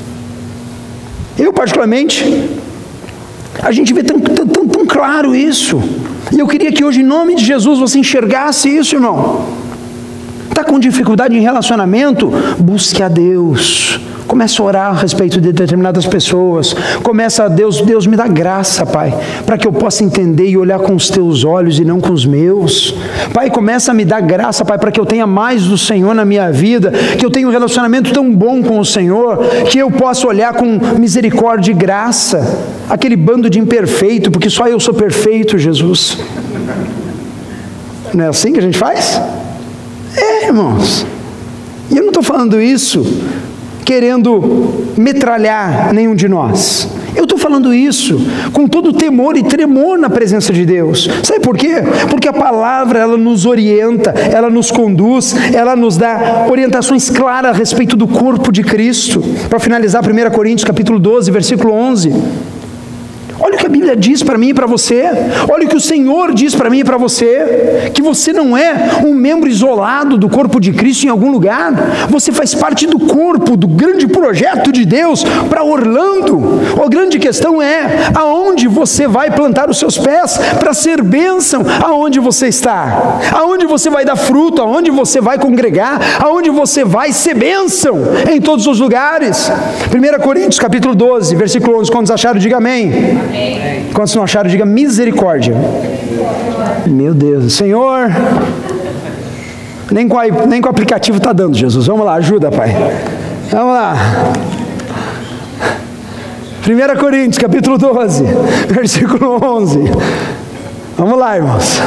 Eu particularmente, a gente vê tão, tão, tão, tão claro isso, e eu queria que hoje, em nome de Jesus, você enxergasse isso, irmão. Está com dificuldade em relacionamento? Busque a Deus. Comece a orar a respeito de determinadas pessoas. Começa a Deus, Deus me dá graça, Pai, para que eu possa entender e olhar com os teus olhos e não com os meus. Pai, começa a me dar graça, Pai, para que eu tenha mais do Senhor na minha vida, que eu tenha um relacionamento tão bom com o Senhor, que eu possa olhar com misericórdia e graça aquele bando de imperfeito, porque só eu sou perfeito, Jesus. Não é assim que a gente faz? É, irmãos. E eu não estou falando isso querendo metralhar nenhum de nós. Eu estou falando isso com todo temor e tremor na presença de Deus. Sabe por quê? Porque a palavra, ela nos orienta, ela nos conduz, ela nos dá orientações claras a respeito do corpo de Cristo. Para finalizar, primeira Coríntios capítulo doze, versículo onze. Olha o que a Bíblia diz para mim e para você. Olha o que o Senhor diz para mim e para você. Que você não é um membro isolado do corpo de Cristo em algum lugar. Você faz parte do corpo, do grande projeto de Deus para Orlando. A grande questão é aonde você vai plantar os seus pés para ser bênção aonde você está. Aonde você vai dar fruto, aonde você vai congregar, aonde você vai ser bênção em todos os lugares. primeira Coríntios capítulo doze, versículo onze. Quando acharam, diga amém. Amém. Quando não acharam, diga misericórdia. Meu Deus, Senhor, nem com, a, nem com o aplicativo está dando, Jesus. Vamos lá, ajuda, Pai. Vamos lá. primeira Coríntios, capítulo doze, versículo onze. Vamos lá, irmãos.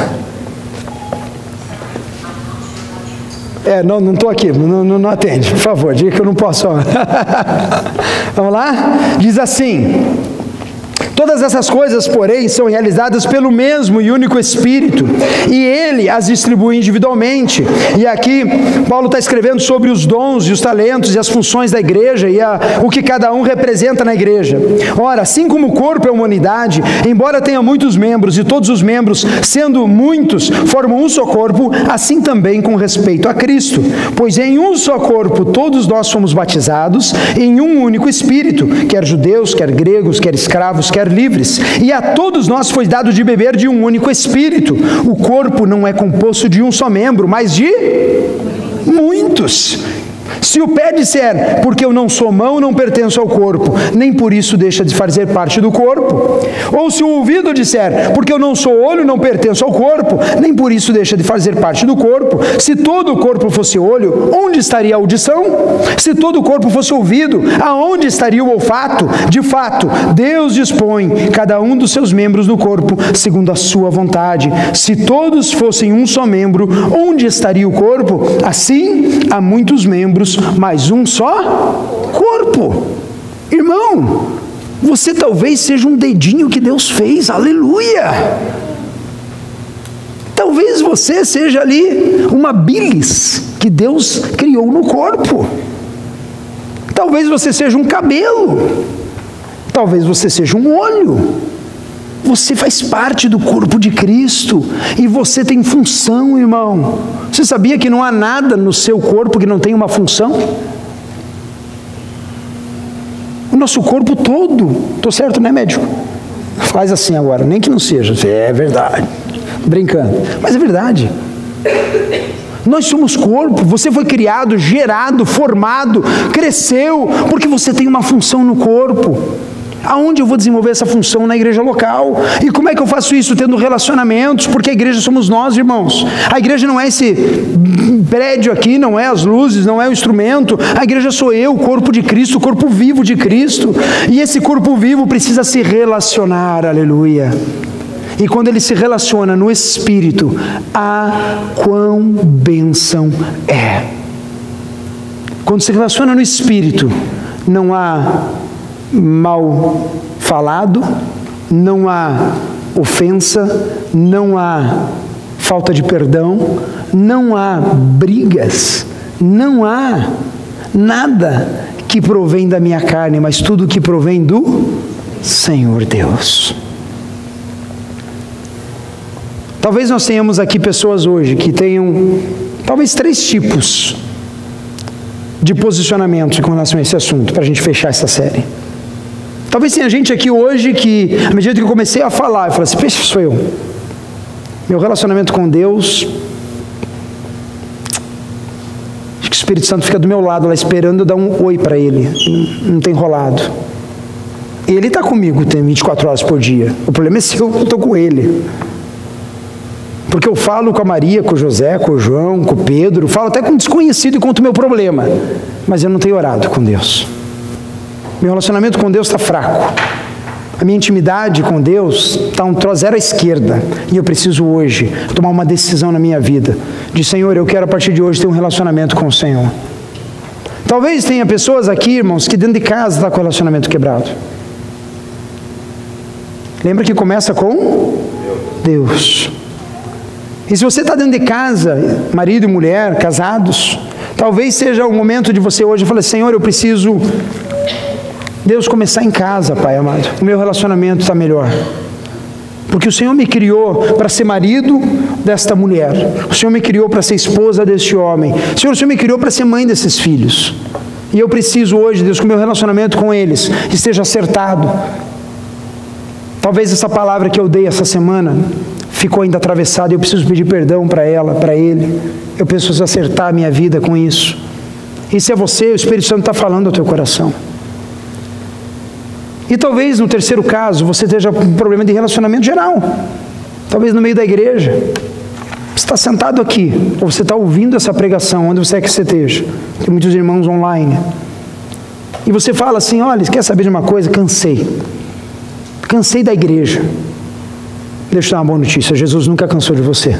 É, não estou aqui, não, não, não atende, por favor, diga que eu não posso. Vamos lá? Diz assim: todas essas coisas, porém, são realizadas pelo mesmo e único Espírito, e Ele as distribui individualmente. E aqui, Paulo está escrevendo sobre os dons e os talentos e as funções da igreja e a, o que cada um representa na igreja. Ora, assim como o corpo é uma unidade, embora tenha muitos membros, e todos os membros, sendo muitos, formam um só corpo, assim também com respeito a Cristo. Pois em um só corpo todos nós somos batizados, em um único Espírito, quer judeus, quer gregos, quer escravos, quer livres, e a todos nós foi dado de beber de um único Espírito. O corpo não é composto de um só membro, mas de muitos. Se o pé disser, porque eu não sou mão, não pertenço ao corpo, nem por isso deixa de fazer parte do corpo. Ou se o ouvido disser, porque eu não sou olho, não pertenço ao corpo, nem por isso deixa de fazer parte do corpo. Se todo o corpo fosse olho, onde estaria a audição? Se todo o corpo fosse ouvido, aonde estaria o olfato? De fato, Deus dispõe cada um dos seus membros no corpo, segundo a sua vontade. Se todos fossem um só membro, onde estaria o corpo? Assim, há muitos membros, mas um só corpo. Irmão, você talvez seja um dedinho que Deus fez, aleluia. Talvez você seja ali uma bilis que Deus criou no corpo. Talvez você seja um cabelo. Talvez você seja um olho. Você faz parte do corpo de Cristo e você tem função, irmão. Você sabia que não há nada no seu corpo que não tenha uma função? O nosso corpo todo, estou certo, né, médico? Faz assim agora, nem que não seja. É verdade, brincando, mas é verdade. Nós somos corpo, você foi criado, gerado, formado, cresceu, porque você tem uma função no corpo. Aonde eu vou desenvolver essa função? Na igreja local. E como é que eu faço isso? Tendo relacionamentos, porque a igreja somos nós, irmãos. A igreja não é esse prédio aqui, não é as luzes, não é o instrumento. A igreja sou eu, o corpo de Cristo, o corpo vivo de Cristo. E esse corpo vivo precisa se relacionar, aleluia. E quando ele se relaciona no Espírito, ah, quão bênção é. Quando se relaciona no Espírito, não há mal falado, não há ofensa, não há falta de perdão, não há brigas, não há nada que provém da minha carne, mas tudo que provém do Senhor Deus. Talvez nós tenhamos aqui pessoas hoje que tenham talvez três tipos de posicionamento com relação a esse assunto, para a gente fechar essa série. Talvez tenha gente aqui hoje que, à medida que eu comecei a falar, eu falei assim, pensa, sou eu. Meu relacionamento com Deus, acho que o Espírito Santo fica do meu lado lá esperando eu dar um oi para Ele, não, não tem enrolado. Ele está comigo, tem vinte e quatro horas por dia, o problema é se eu estou com Ele. Porque eu falo com a Maria, com o José, com o João, com o Pedro, falo até com um desconhecido e conto o meu problema, mas eu não tenho orado com Deus. Meu relacionamento com Deus está fraco. A minha intimidade com Deus está um troço zero à esquerda. E eu preciso hoje tomar uma decisão na minha vida. De Senhor, eu quero a partir de hoje ter um relacionamento com o Senhor. Talvez tenha pessoas aqui, irmãos, que dentro de casa está com o relacionamento quebrado. Lembra que começa com Deus. E se você está dentro de casa, marido e mulher, casados, talvez seja o momento de você hoje falar, Senhor, eu preciso... Deus, começar em casa, Pai amado. O meu relacionamento está melhor. Porque o Senhor me criou para ser marido desta mulher. O Senhor me criou para ser esposa deste homem. Senhor, o Senhor me criou para ser mãe desses filhos. E eu preciso hoje, Deus, que o meu relacionamento com eles esteja acertado. Talvez essa palavra que eu dei essa semana ficou ainda atravessada e eu preciso pedir perdão para ela, para ele. Eu preciso acertar a minha vida com isso. E se é você, o Espírito Santo está falando ao teu coração. E talvez no terceiro caso, você esteja com um problema de relacionamento geral. Talvez no meio da igreja. Você está sentado aqui, ou você está ouvindo essa pregação, onde você é que você esteja. Tem muitos irmãos online. E você fala assim, olha, quer saber de uma coisa? Cansei. Cansei da igreja. Deixa eu dar uma boa notícia, Jesus nunca cansou de você.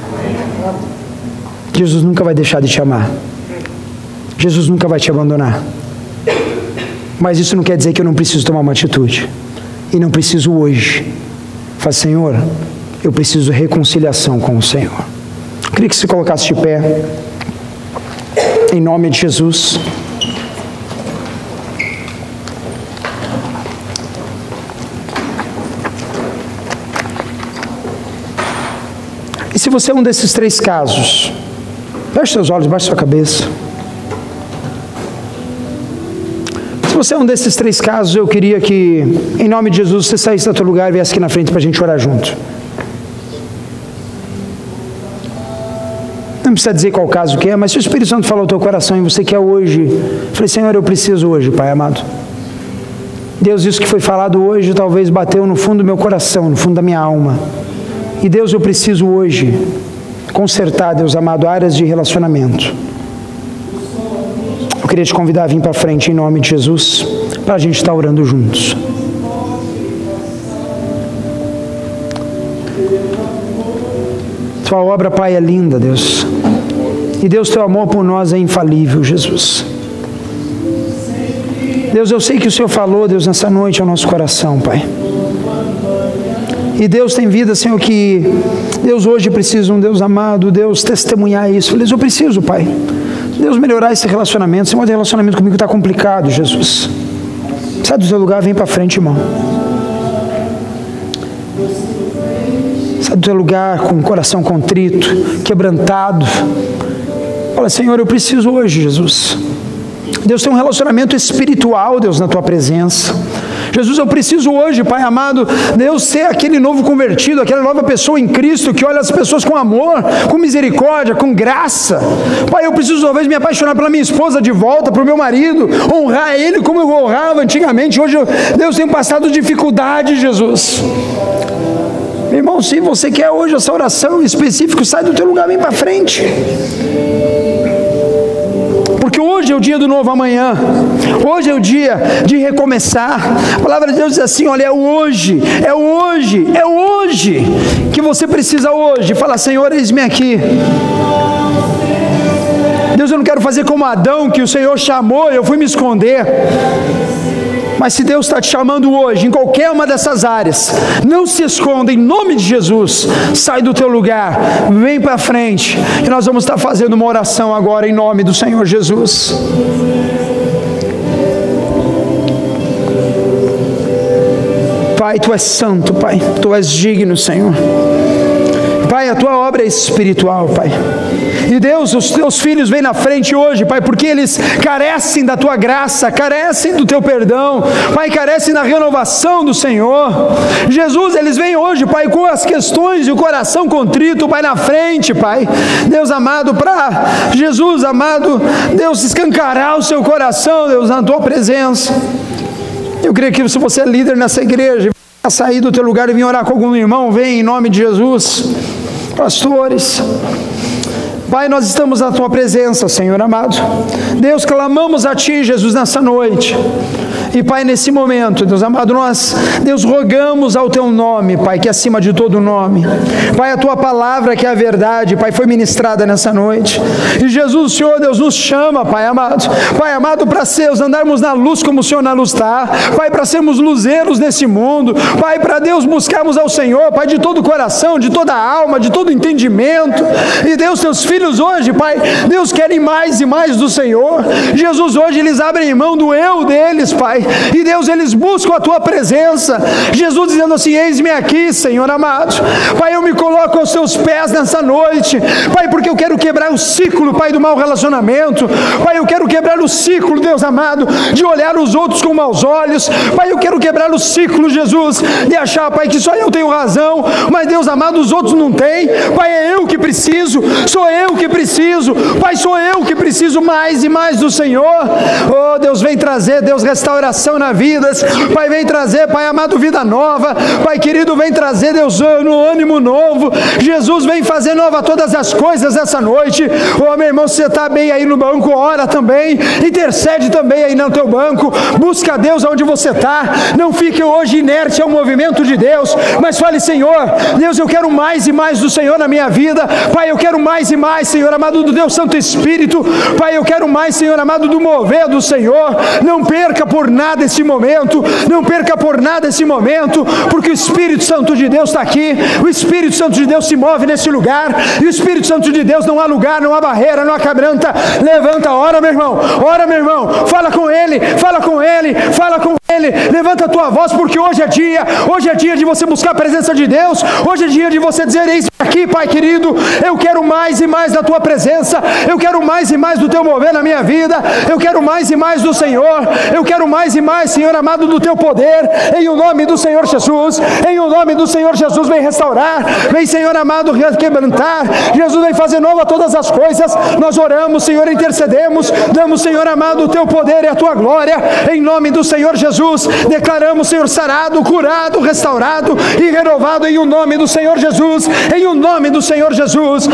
Jesus nunca vai deixar de te amar. Jesus nunca vai te abandonar. Mas isso não quer dizer que eu não preciso tomar uma atitude. E não preciso hoje. Fala, Senhor, eu preciso de reconciliação com o Senhor. Eu queria que você colocasse de pé. Em nome de Jesus. E se você é um desses três casos, feche seus olhos, baixe sua cabeça. Se você é um desses três casos, eu queria que, em nome de Jesus, você saísse do teu lugar e viesse aqui na frente para a gente orar junto. Não precisa dizer qual caso que é, mas se o Espírito Santo falou ao teu coração e você quer hoje, falei, Senhor, eu preciso hoje, Pai amado. Deus, isso que foi falado hoje, talvez bateu no fundo do meu coração, no fundo da minha alma. E Deus, eu preciso hoje consertar, Deus amado, áreas de relacionamento. Eu queria te convidar a vir para frente em nome de Jesus, para a gente estar orando juntos. Tua obra, Pai, é linda, Deus. E Deus, teu amor por nós é infalível, Jesus. Deus, eu sei que o Senhor falou, Deus, nessa noite ao nosso coração, Pai. E Deus tem vida, Senhor, que Deus hoje precisa, um Deus amado, Deus testemunhar isso. Deus, eu preciso, Pai. Deus, melhorar esse relacionamento. Senhor, o relacionamento comigo está complicado, Jesus. Sai do teu lugar, vem para frente, irmão. Sai do teu lugar com o coração contrito, quebrantado. Fala, Senhor, eu preciso hoje, Jesus. Deus, tem um relacionamento espiritual, Deus, na tua presença. Jesus, eu preciso hoje, Pai amado, Deus, ser aquele novo convertido, aquela nova pessoa em Cristo, que olha as pessoas com amor, com misericórdia, com graça. Pai, eu preciso talvez me apaixonar pela minha esposa de volta, para o meu marido, honrar ele como eu honrava antigamente. Hoje, eu, Deus, tenho passado dificuldade, Jesus. Meu irmão, se você quer hoje essa oração em específico, sai do teu lugar, vem para frente. Porque hoje é o dia do novo amanhã, hoje é o dia de recomeçar. A palavra de Deus diz assim, olha, é hoje, é hoje, é hoje, que você precisa hoje, fala, Senhor, eis-me aqui. Deus, eu não quero fazer como Adão, que o Senhor chamou e eu fui me esconder. Mas se Deus está te chamando hoje, em qualquer uma dessas áreas, não se esconda, em nome de Jesus, sai do teu lugar, vem para frente, e nós vamos estar fazendo uma oração agora, em nome do Senhor Jesus. Pai, Tu és santo, Pai, Tu és digno, Senhor. Pai, a Tua obra é espiritual, Pai. E Deus, os Teus filhos vêm na frente hoje, Pai, porque eles carecem da Tua graça, carecem do Teu perdão, Pai, carecem da renovação do Senhor. Jesus, eles vêm hoje, Pai, com as questões e o coração contrito, Pai, na frente, Pai. Deus amado, para Jesus amado, Deus, escancarar o seu coração, Deus, na Tua presença. Eu creio que se você é líder nessa igreja, sair do teu lugar e vir orar com algum irmão, vem em nome de Jesus. Pastores, Pai, nós estamos na Tua presença, Senhor amado. Deus, clamamos a Ti, Jesus, nessa noite. E Pai, nesse momento, Deus amado, nós, Deus, rogamos ao Teu nome, Pai, que é acima de todo nome. Pai, a Tua palavra, que é a verdade, Pai, foi ministrada nessa noite. E Jesus, o Senhor, Deus, nos chama, Pai amado. Pai amado, para sermos, andarmos na luz como o Senhor na luz está. Pai, para sermos luzeiros nesse mundo. Pai, para Deus, buscarmos ao Senhor, Pai, de todo o coração, de toda a alma, de todo o entendimento. E Deus, Teus filhos hoje, Pai, Deus, querem mais e mais do Senhor. Jesus, hoje eles abrem mão do eu deles, Pai. E Deus, eles buscam a Tua presença. Jesus dizendo assim, eis-me aqui, Senhor amado. Pai, eu me coloco aos Teus pés nessa noite, Pai, porque eu quero quebrar o ciclo, Pai, do mau relacionamento. Pai, eu quero quebrar o ciclo, Deus amado, de olhar os outros com maus olhos. Pai, eu quero quebrar o ciclo, Jesus, de achar, Pai, que só eu tenho razão, mas Deus amado, os outros não têm. Pai, é eu que preciso, sou eu que preciso, Pai, sou eu que preciso mais e mais do Senhor. Oh, Deus, vem trazer, Deus, restauração na vida, Pai, vem trazer, Pai amado, vida nova, Pai querido, vem trazer, Deus, no ânimo novo. Jesus, vem fazer nova todas as coisas essa noite. Oh, meu irmão, se você está bem aí no banco, ora também, intercede também aí no teu banco, busca Deus onde você está, não fique hoje inerte ao movimento de Deus, mas fale, Senhor, Deus, eu quero mais e mais do Senhor na minha vida, Pai, eu quero mais e mais, Senhor amado, do Deus Santo Espírito, Pai, eu quero mais, Senhor amado, do mover do Senhor. Não perca por nada esse momento, não perca por nada esse momento, porque o Espírito Santo de Deus está aqui, o Espírito Santo de Deus se move nesse lugar, e o Espírito Santo de Deus, não há lugar, não há barreira, não há cabranta. Levanta, ora meu irmão, ora meu irmão, fala com Ele, fala com Ele, fala com Ele, levanta a tua voz, porque hoje é dia, hoje é dia de você buscar a presença de Deus, hoje é dia de você dizer, eis aqui, Pai querido, eu quero mais e mais da Tua presença, eu quero mais e mais do Teu mover na minha vida, eu quero mais e mais do Senhor, eu quero mais e mais, Senhor amado, do Teu poder, em o nome do Senhor Jesus, em o nome do Senhor Jesus, vem restaurar, vem, Senhor amado, quebrantar. Jesus, vem fazer nova todas as coisas. Nós oramos, Senhor, intercedemos, damos, Senhor amado, o Teu poder e a Tua glória, em nome do Senhor Jesus, declaramos, Senhor, sarado, curado, restaurado e renovado, em o nome do Senhor Jesus, em o nome do Senhor Jesus.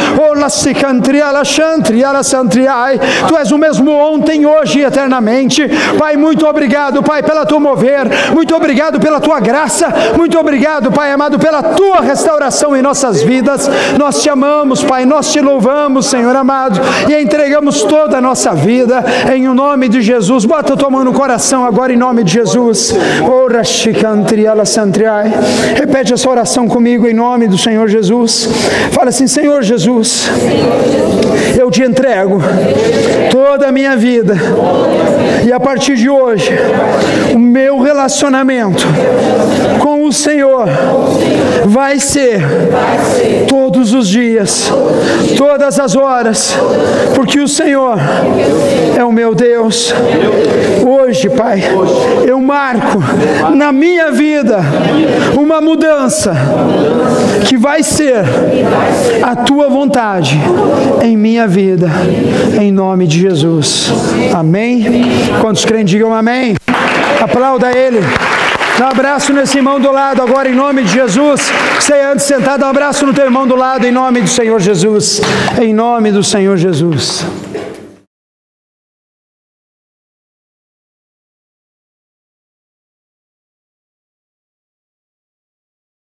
Tu és o mesmo ontem, hoje e eternamente. Pai, muito obrigado, Pai, pela Tua mover, muito obrigado pela Tua graça, muito obrigado, Pai amado, pela Tua restauração em nossas vidas. Nós Te amamos, Pai, nós Te louvamos, Senhor amado, e entregamos toda a nossa vida em o nome de Jesus. Bota a tua mão no coração agora em nome de Jesus. Repete essa oração comigo em nome do Senhor Jesus. Fala assim, Senhor Jesus, eu te entrego toda a minha vida. E a partir de hoje, o meu relacionamento com o Senhor vai ser todos os dias, todas as horas, porque o Senhor é o meu Deus. Hoje, Pai, eu marco na minha vida uma mudança que vai ser a Tua vontade em minha vida, em nome de Jesus. Amém? Quantos crentes digam amém? Aplauda Ele. Dá um abraço nesse irmão do lado agora, em nome de Jesus. Você antes sentado, dá um abraço no teu irmão do lado, em nome do Senhor Jesus. Em nome do Senhor Jesus.